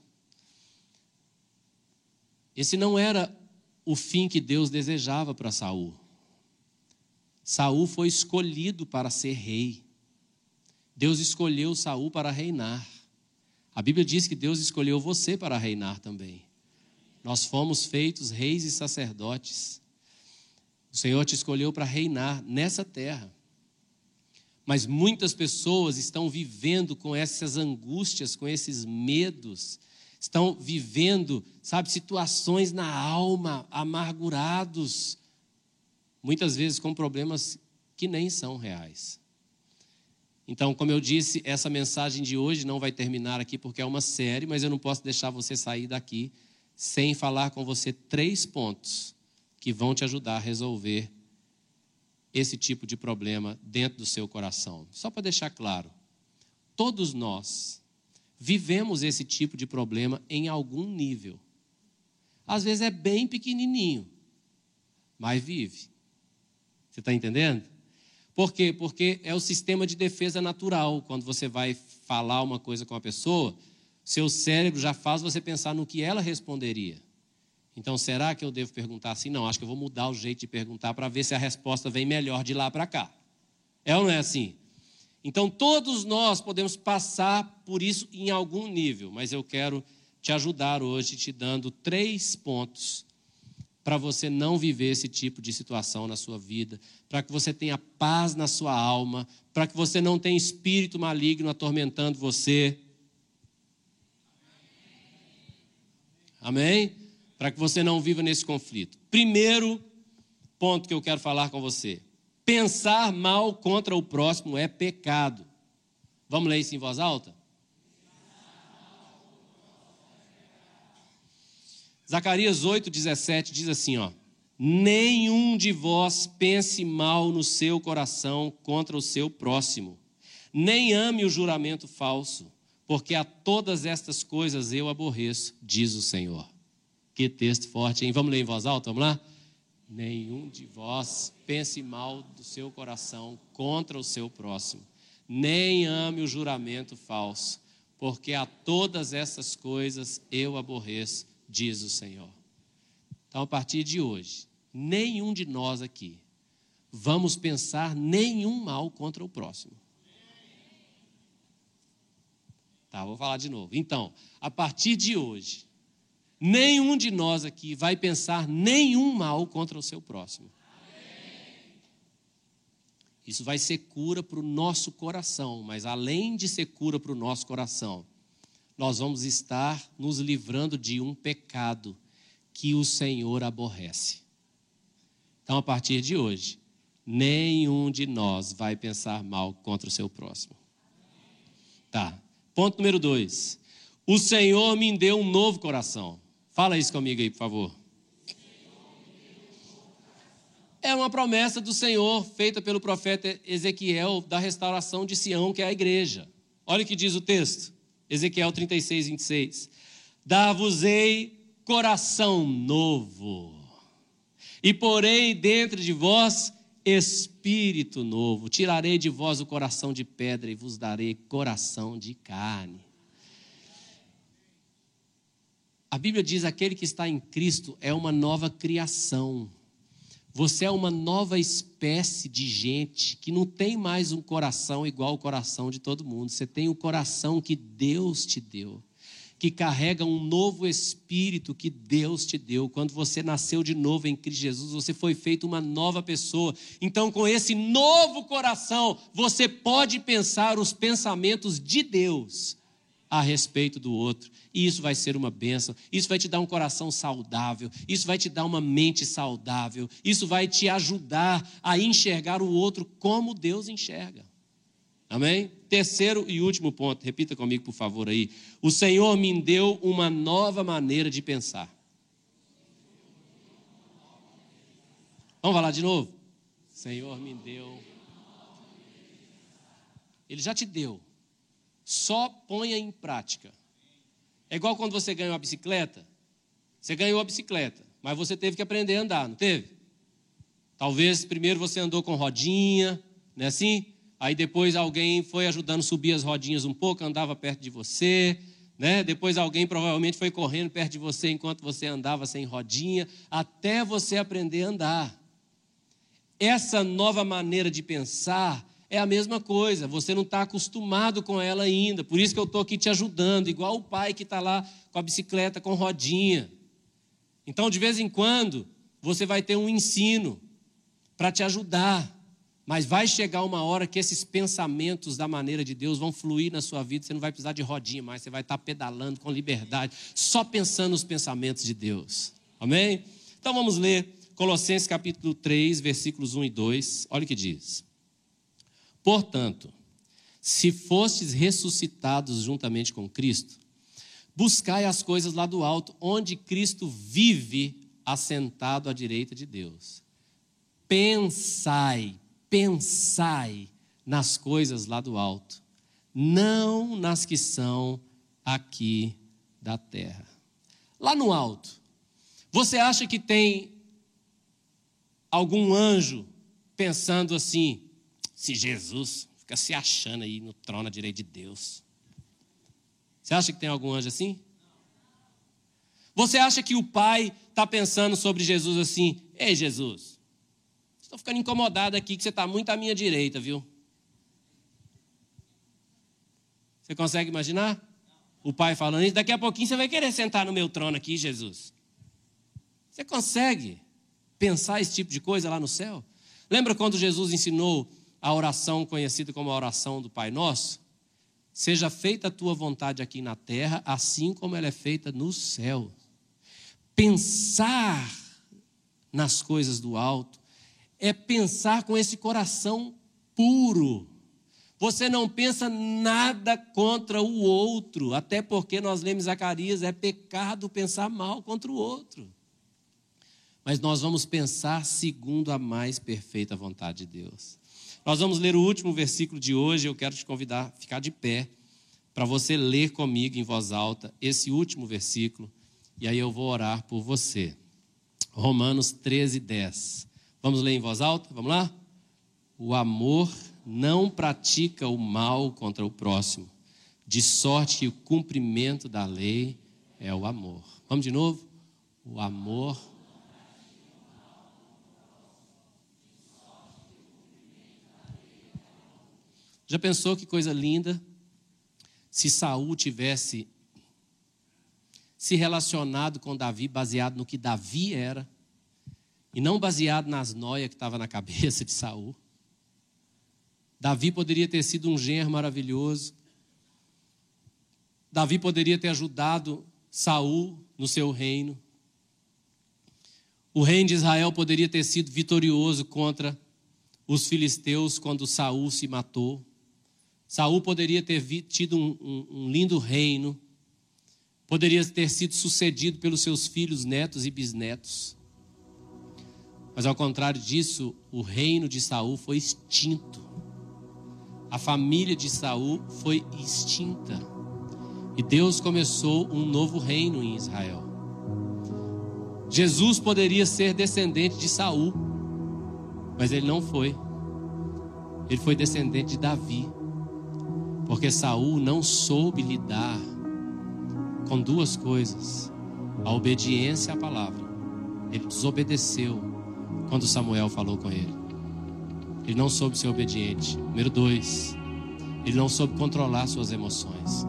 Esse não era o fim que Deus desejava para Saul. Saul foi escolhido para ser rei. Deus escolheu Saul para reinar. A Bíblia diz que Deus escolheu você para reinar também. Nós fomos feitos reis e sacerdotes. O Senhor te escolheu para reinar nessa terra. Mas muitas pessoas estão vivendo com essas angústias, com esses medos. Estão vivendo, situações na alma, amargurados. Muitas vezes com problemas que nem são reais. Então, como eu disse, essa mensagem de hoje não vai terminar aqui porque é uma série, mas eu não posso deixar você sair daqui sem falar com você 3 pontos que vão te ajudar a resolver esse tipo de problema dentro do seu coração. Só para deixar claro, todos nós vivemos esse tipo de problema em algum nível. Às vezes é bem pequenininho, mas vive. Você está entendendo? Por quê? Porque é o sistema de defesa natural. Quando você vai falar uma coisa com a pessoa, seu cérebro já faz você pensar no que ela responderia. Então, será que eu devo perguntar assim? Não, acho que eu vou mudar o jeito de perguntar para ver se a resposta vem melhor de lá para cá. É ou não é assim? Então, todos nós podemos passar por isso em algum nível, mas eu quero te ajudar hoje te dando 3 pontos para você não viver esse tipo de situação na sua vida, para que você tenha paz na sua alma, para que você não tenha espírito maligno atormentando você. Amém? Para que você não viva nesse conflito. Primeiro ponto que eu quero falar com você. Pensar mal contra o próximo é pecado. Vamos ler isso em voz alta? Zacarias 8,17 diz assim, nenhum de vós pense mal no seu coração contra o seu próximo, nem ame o juramento falso, porque a todas estas coisas eu aborreço, diz o Senhor. Que texto forte, hein? Vamos ler em voz alta, vamos lá? Nenhum de vós pense mal do seu coração contra o seu próximo, nem ame o juramento falso, porque a todas essas coisas eu aborreço, diz o Senhor. Então, a partir de hoje, nenhum de nós aqui vamos pensar nenhum mal contra o próximo. Tá, vou falar de novo. Então, a partir de hoje, nenhum de nós aqui vai pensar nenhum mal contra o seu próximo. Isso vai ser cura para o nosso coração, mas além de ser cura para o nosso coração, nós vamos estar nos livrando de um pecado que o Senhor aborrece. Então, a partir de hoje, nenhum de nós vai pensar mal contra o seu próximo. Tá. Ponto número 2. O Senhor me deu um novo coração. Fala isso comigo aí, por favor. É uma promessa do Senhor feita pelo profeta Ezequiel da restauração de Sião, que é a igreja. Olha o que diz o texto. Ezequiel 36, 26. Dar-vos-ei coração novo, e porei dentro de vós espírito novo. Tirarei de vós o coração de pedra e vos darei coração de carne. A Bíblia diz: aquele que está em Cristo é uma nova criação. Você é uma nova espécie de gente que não tem mais um coração igual ao coração de todo mundo. Você tem o coração que Deus te deu, que carrega um novo espírito que Deus te deu. Quando você nasceu de novo em Cristo Jesus, você foi feito uma nova pessoa. Então, com esse novo coração, você pode pensar os pensamentos de Deus. a respeito do outro. E isso vai ser uma bênção. Isso vai te dar um coração saudável. Isso vai te dar uma mente saudável. Isso vai te ajudar a enxergar o outro como Deus enxerga. Amém? Terceiro e último ponto. Repita comigo, por favor, aí. O Senhor me deu uma nova maneira de pensar. Vamos falar de novo? O Senhor me deu. Ele já te deu. Só ponha em prática. É igual quando você ganha uma bicicleta. Você ganhou a bicicleta, mas você teve que aprender a andar, não teve? Talvez primeiro você andou com rodinha, não é assim? Aí depois alguém foi ajudando a subir as rodinhas um pouco, andava perto de você, né? Depois alguém provavelmente foi correndo perto de você enquanto você andava sem rodinha, até você aprender a andar. Essa nova maneira de pensar é a mesma coisa, você não está acostumado com ela ainda, por isso que eu estou aqui te ajudando, igual o pai que está lá com a bicicleta com rodinha. Então, de vez em quando, você vai ter um ensino para te ajudar, mas vai chegar uma hora que esses pensamentos da maneira de Deus vão fluir na sua vida, você não vai precisar de rodinha mais, você vai estar pedalando com liberdade, só pensando nos pensamentos de Deus. Amém? Então, vamos ler Colossenses capítulo 3, versículos 1 e 2, olha o que diz. Portanto, se fostes ressuscitados juntamente com Cristo, buscai as coisas lá do alto, onde Cristo vive assentado à direita de Deus. Pensai nas coisas lá do alto, não nas que são aqui da terra. Lá no alto, você acha que tem algum anjo pensando assim, se Jesus fica se achando aí no trono à direita de Deus? Você acha que tem algum anjo assim? Você acha que o pai está pensando sobre Jesus assim, ei Jesus, estou ficando incomodado aqui que você está muito à minha direita, viu? Você consegue imaginar? O pai falando isso, daqui a pouquinho você vai querer sentar no meu trono aqui, Jesus. Você consegue pensar esse tipo de coisa lá no céu? Lembra quando Jesus ensinou a oração conhecida como a oração do Pai Nosso? Seja feita a tua vontade aqui na terra, assim como ela é feita no céu. Pensar nas coisas do alto é pensar com esse coração puro. Você não pensa nada contra o outro, até porque nós lemos Zacarias, é pecado pensar mal contra o outro. Mas nós vamos pensar segundo a mais perfeita vontade de Deus. Nós vamos ler o último versículo de hoje. Eu quero te convidar a ficar de pé para você ler comigo em voz alta esse último versículo. E aí eu vou orar por você. Romanos 13, 10. Vamos ler em voz alta? Vamos lá? O amor não pratica o mal contra o próximo, de sorte que o cumprimento da lei é o amor. Vamos de novo? O amor. Já pensou que coisa linda se Saul tivesse se relacionado com Davi baseado no que Davi era e não baseado nas noias que estavam na cabeça de Saul? Davi poderia ter sido um genro maravilhoso. Davi poderia ter ajudado Saul no seu reino. O reino de Israel poderia ter sido vitorioso contra os filisteus quando Saul se matou. Saul poderia ter tido um lindo reino, poderia ter sido sucedido pelos seus filhos, netos e bisnetos. Mas ao contrário disso, o reino de Saul foi extinto. A família de Saul foi extinta. E Deus começou um novo reino em Israel. Jesus poderia ser descendente de Saul, mas ele não foi. Ele foi descendente de Davi. Porque Saul não soube lidar com duas coisas: a obediência à palavra. Ele desobedeceu quando Samuel falou com ele. Ele não soube ser obediente. Número 2, ele não soube controlar suas emoções.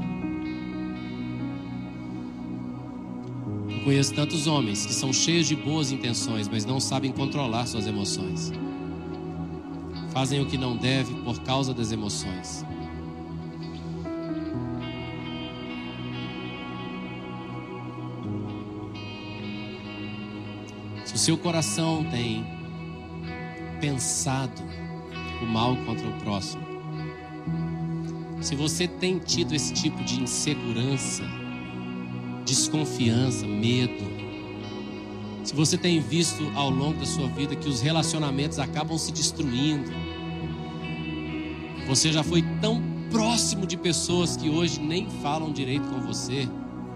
Eu conheço tantos homens que são cheios de boas intenções, mas não sabem controlar suas emoções. Fazem o que não deve por causa das emoções. seu coração tem pensado o mal contra o próximo, se você tem tido esse tipo de insegurança, desconfiança, medo, se você tem visto ao longo da sua vida que os relacionamentos acabam se destruindo, você já foi tão próximo de pessoas que hoje nem falam direito com você,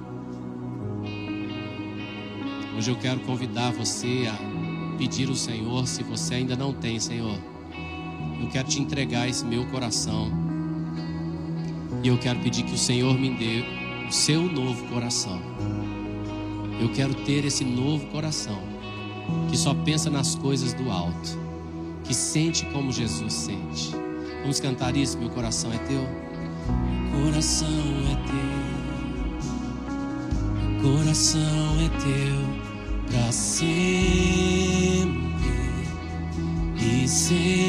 hoje eu quero convidar você a pedir ao Senhor, se você ainda não tem, Senhor, eu quero te entregar esse meu coração e eu quero pedir que o Senhor me dê o seu novo coração. Eu quero ter esse novo coração que só pensa nas coisas do alto, que sente como Jesus sente. Vamos cantar isso? Meu coração é teu. Meu coração é teu. Meu coração é teu pra sempre e sempre.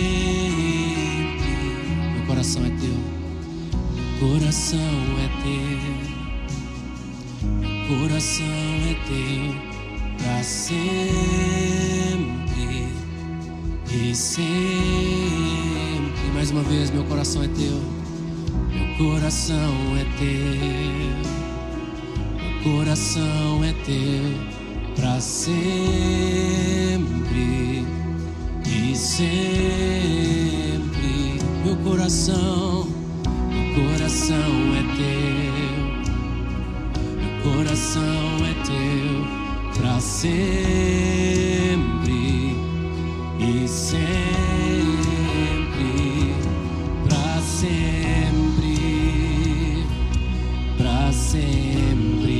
Meu coração é teu. Meu coração é teu. Coração é teu pra sempre e sempre. Mais uma vez, meu coração é teu. Meu coração é teu. Meu coração é teu pra sempre e sempre. Meu coração é teu. Coração é teu pra sempre e sempre, pra sempre, pra sempre,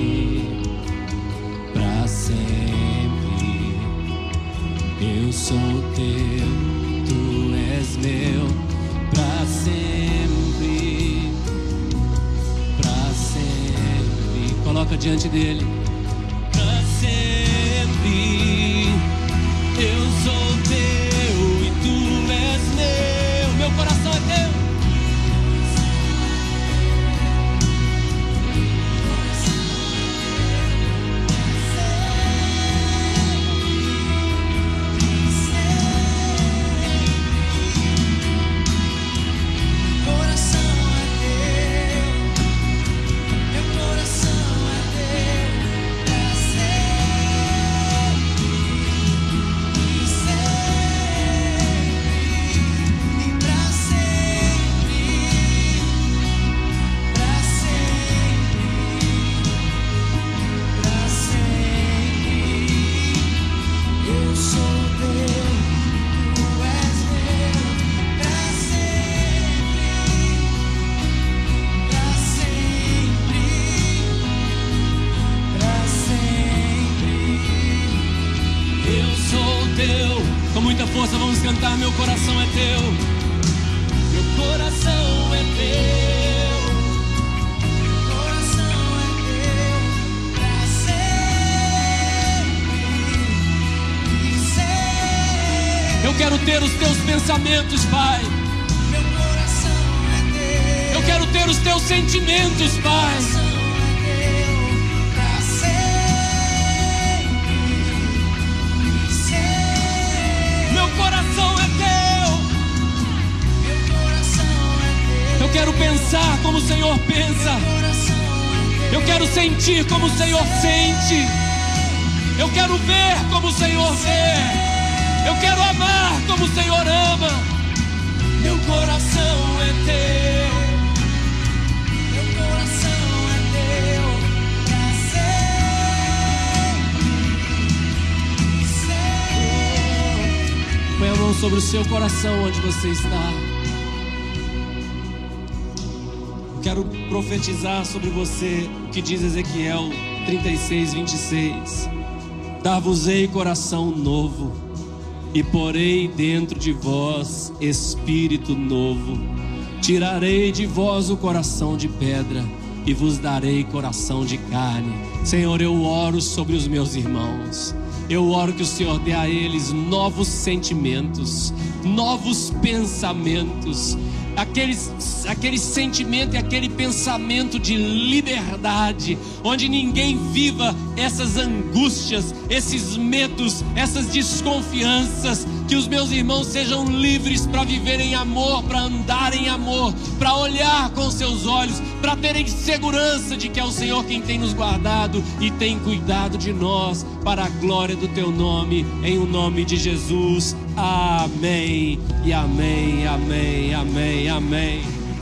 pra sempre. Eu sou teu, tu és meu, pra sempre, pra sempre. Coloca diante dele. Pra sempre eu sou teu e tu és meu. Meu coração é teu. Vamos cantar, meu coração é teu. Meu coração é teu. Meu coração é teu pra sempre e sempre. Eu quero ter os teus pensamentos, Pai. Meu coração é teu. Eu quero ter os teus sentimentos, Pai. Eu quero pensar como o Senhor pensa. Eu quero sentir como o Senhor sente. Eu quero ver como o Senhor vê. Eu quero amar como o Senhor ama. Meu coração é teu. Meu coração é teu pra sempre. Põe a mão sobre o seu coração onde você está. Quero profetizar sobre você o que diz Ezequiel 36, 26. Dar-vos-ei coração novo, e porei dentro de vós espírito novo. Tirarei de vós o coração de pedra, e vos darei coração de carne. Senhor, eu oro sobre os meus irmãos. Eu oro que o Senhor dê a eles novos sentimentos, novos pensamentos. aquele sentimento e aquele pensamento de liberdade, onde ninguém viva essas angústias, esses medos, essas desconfianças. Que os meus irmãos sejam livres para viver em amor, para andar em amor, para olhar com seus olhos, para terem segurança de que é o Senhor quem tem nos guardado e tem cuidado de nós, para a glória do teu nome, em o nome de Jesus. Amém e amém, amém, amém, amém.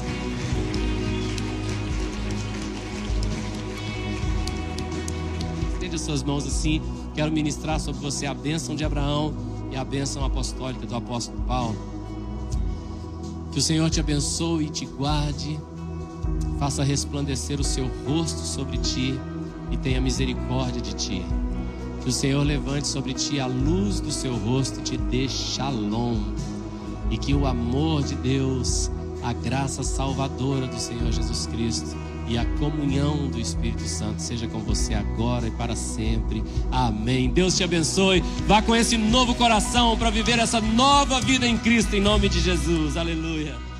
Estende as suas mãos assim. Quero ministrar sobre você a bênção de Abraão e a bênção apostólica do apóstolo Paulo. Que o Senhor te abençoe e te guarde, faça resplandecer o seu rosto sobre ti e tenha misericórdia de ti. Que o Senhor levante sobre ti a luz do seu rosto e te dê shalom. E que o amor de Deus, a graça salvadora do Senhor Jesus Cristo e a comunhão do Espírito Santo seja com você agora e para sempre. Amém. Deus te abençoe. Vá com esse novo coração para viver essa nova vida em Cristo, em nome de Jesus. Aleluia.